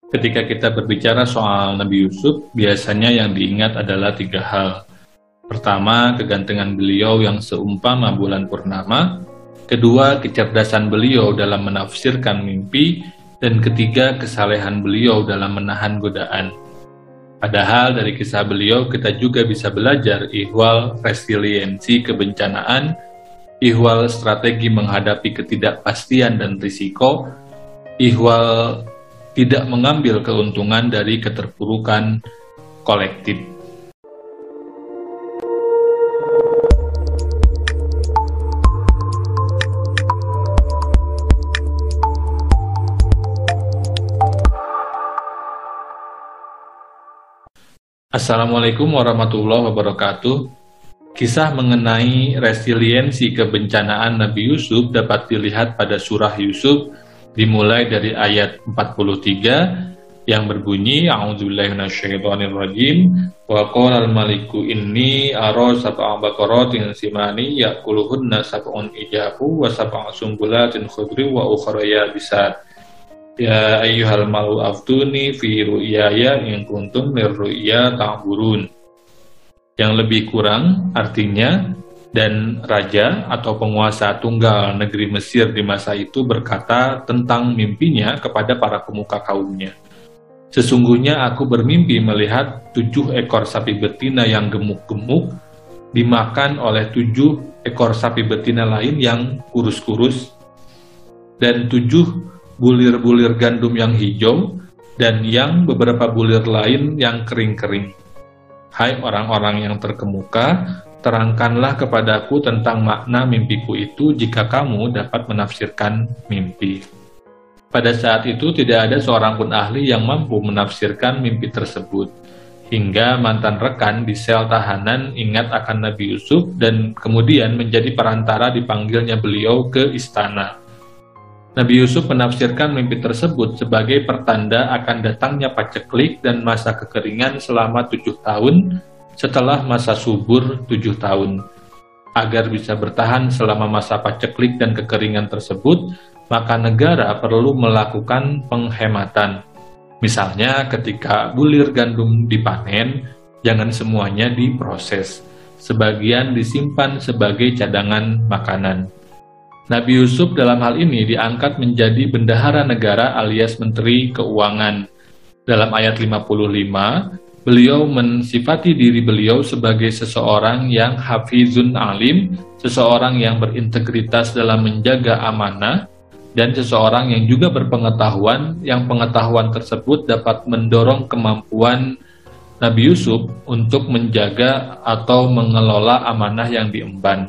Ketika kita berbicara soal Nabi Yusuf, biasanya yang diingat adalah 3 hal. Pertama, kegantengan beliau yang seumpama bulan purnama. Kedua, kecerdasan beliau dalam menafsirkan mimpi. Dan ketiga, kesalehan beliau dalam menahan godaan. Padahal dari kisah beliau kita juga bisa belajar ihwal resiliensi kebencanaan, ihwal strategi menghadapi ketidakpastian dan risiko, ihwal tidak mengambil keuntungan dari keterpurukan kolektif. Assalamualaikum warahmatullahi wabarakatuh. Kisah mengenai resiliensi kebencanaan Nabi Yusuf dapat dilihat pada surah Yusuf dimulai dari ayat 43 yang berbunyi A'udzubillahi minasyaitonirrajim wa qala al-maliku inni ara sab'a baqaratin simani ya'kuluhunna sab'un ijabu wa sab'a sumbulatin khudri wa ukhra yabisat. Ya ayyuhal malu aftuni fi ru'yaya in kuntum lirru'ya ta'burun. Yang lebih kurang artinya, dan raja atau penguasa tunggal negeri Mesir di masa itu berkata tentang mimpinya kepada para pemuka kaumnya. Sesungguhnya aku bermimpi melihat 7 ekor sapi betina yang gemuk-gemuk dimakan oleh 7 ekor sapi betina lain yang kurus-kurus dan 7 bulir-bulir gandum yang hijau, dan yang beberapa bulir lain yang kering-kering. Hai orang-orang yang terkemuka, terangkanlah kepadaku tentang makna mimpiku itu jika kamu dapat menafsirkan mimpi. Pada saat itu tidak ada seorang pun ahli yang mampu menafsirkan mimpi tersebut. Hingga mantan rekan di sel tahanan ingat akan Nabi Yusuf dan kemudian menjadi perantara dipanggilnya beliau ke istana. Nabi Yusuf menafsirkan mimpi tersebut sebagai pertanda akan datangnya paceklik dan masa kekeringan selama 7 tahun setelah masa subur 7 tahun. Agar bisa bertahan selama masa paceklik dan kekeringan tersebut, maka negara perlu melakukan penghematan. Misalnya ketika bulir gandum dipanen, jangan semuanya diproses. Sebagian disimpan sebagai cadangan makanan. Nabi Yusuf dalam hal ini diangkat menjadi bendahara negara alias Menteri Keuangan. Dalam ayat 55, beliau mensifati diri beliau sebagai seseorang yang hafizun alim, seseorang yang berintegritas dalam menjaga amanah, dan seseorang yang juga berpengetahuan, yang pengetahuan tersebut dapat mendorong kemampuan Nabi Yusuf untuk menjaga atau mengelola amanah yang diemban.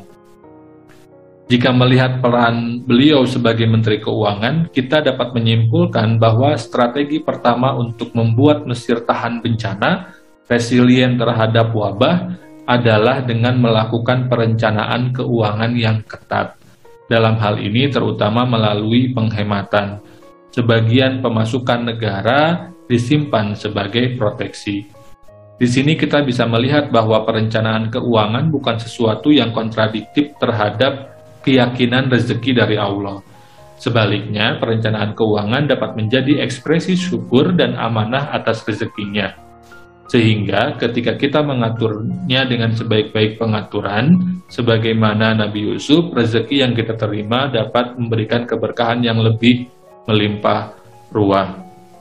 Jika melihat peran beliau sebagai Menteri Keuangan, kita dapat menyimpulkan bahwa strategi pertama untuk membuat Mesir tahan bencana, resilient terhadap wabah, adalah dengan melakukan perencanaan keuangan yang ketat. Dalam hal ini terutama melalui penghematan. Sebagian pemasukan negara disimpan sebagai proteksi. Di sini kita bisa melihat bahwa perencanaan keuangan bukan sesuatu yang kontradiktif terhadap keyakinan rezeki dari Allah. Sebaliknya, perencanaan keuangan dapat menjadi ekspresi syukur dan amanah atas rezekinya. Sehingga ketika kita mengaturnya dengan sebaik-baik pengaturan, sebagaimana Nabi Yusuf, rezeki yang kita terima dapat memberikan keberkahan yang lebih melimpah ruah.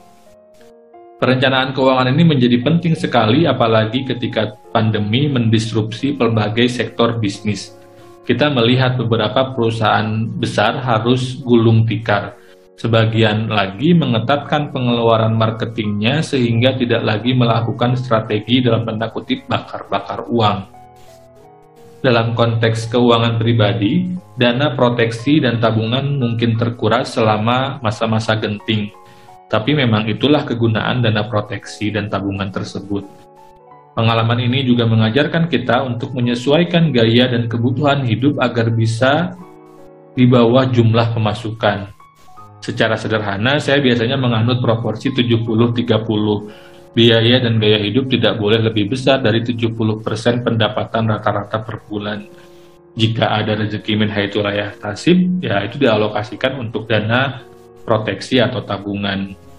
Perencanaan keuangan ini menjadi penting sekali apalagi ketika pandemi mendisrupsi berbagai sektor bisnis. Kita melihat beberapa perusahaan besar harus gulung tikar. Sebagian lagi mengetatkan pengeluaran marketingnya sehingga tidak lagi melakukan strategi dalam tanda kutip bakar-bakar uang. Dalam konteks keuangan pribadi, dana proteksi dan tabungan mungkin terkuras selama masa-masa genting. Tapi memang itulah kegunaan dana proteksi dan tabungan tersebut. Pengalaman ini juga mengajarkan kita untuk menyesuaikan gaya dan kebutuhan hidup agar bisa di bawah jumlah pemasukan. Secara sederhana, saya biasanya menganut proporsi 70-30. Biaya dan gaya hidup tidak boleh lebih besar dari 70% pendapatan rata-rata per bulan. Jika ada rezeki min haitsu la yahtasib, ya itu dialokasikan untuk dana proteksi atau tabungan.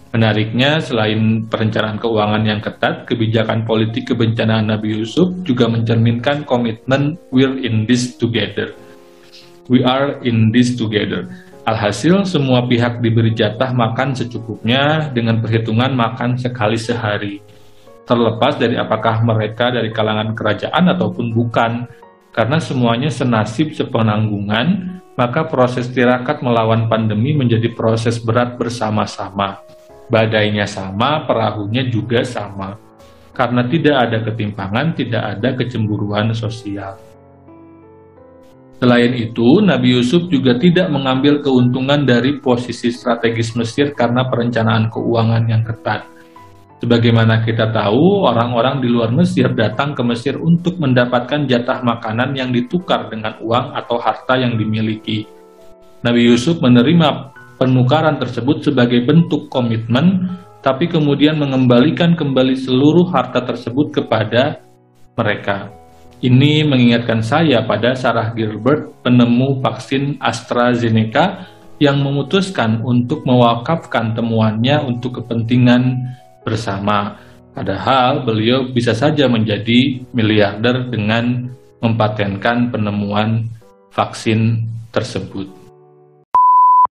Menariknya, selain perencanaan keuangan yang ketat, kebijakan politik kebencanaan Nabi Yusuf juga mencerminkan komitmen "we're in this together". We are in this together. Alhasil, semua pihak diberi jatah makan secukupnya dengan perhitungan makan sekali sehari. Terlepas dari apakah mereka dari kalangan kerajaan ataupun bukan, karena semuanya senasib sepenanggungan, maka proses tirakat melawan pandemi menjadi proses berat bersama-sama. Badainya sama, perahunya juga sama. Karena tidak ada ketimpangan, tidak ada kecemburuan sosial. Selain itu, Nabi Yusuf juga tidak mengambil keuntungan dari posisi strategis Mesir karena perencanaan keuangan yang ketat. Sebagaimana kita tahu, orang-orang di luar Mesir datang ke Mesir untuk mendapatkan jatah makanan yang ditukar dengan uang atau harta yang dimiliki. Nabi Yusuf menerima penukaran tersebut sebagai bentuk komitmen, tapi kemudian mengembalikan kembali seluruh harta tersebut kepada mereka. Ini mengingatkan saya pada Sarah Gilbert, penemu vaksin AstraZeneca, yang memutuskan untuk mewakafkan temuannya untuk kepentingan bersama. Padahal beliau bisa saja menjadi miliarder dengan mempatenkan penemuan vaksin tersebut.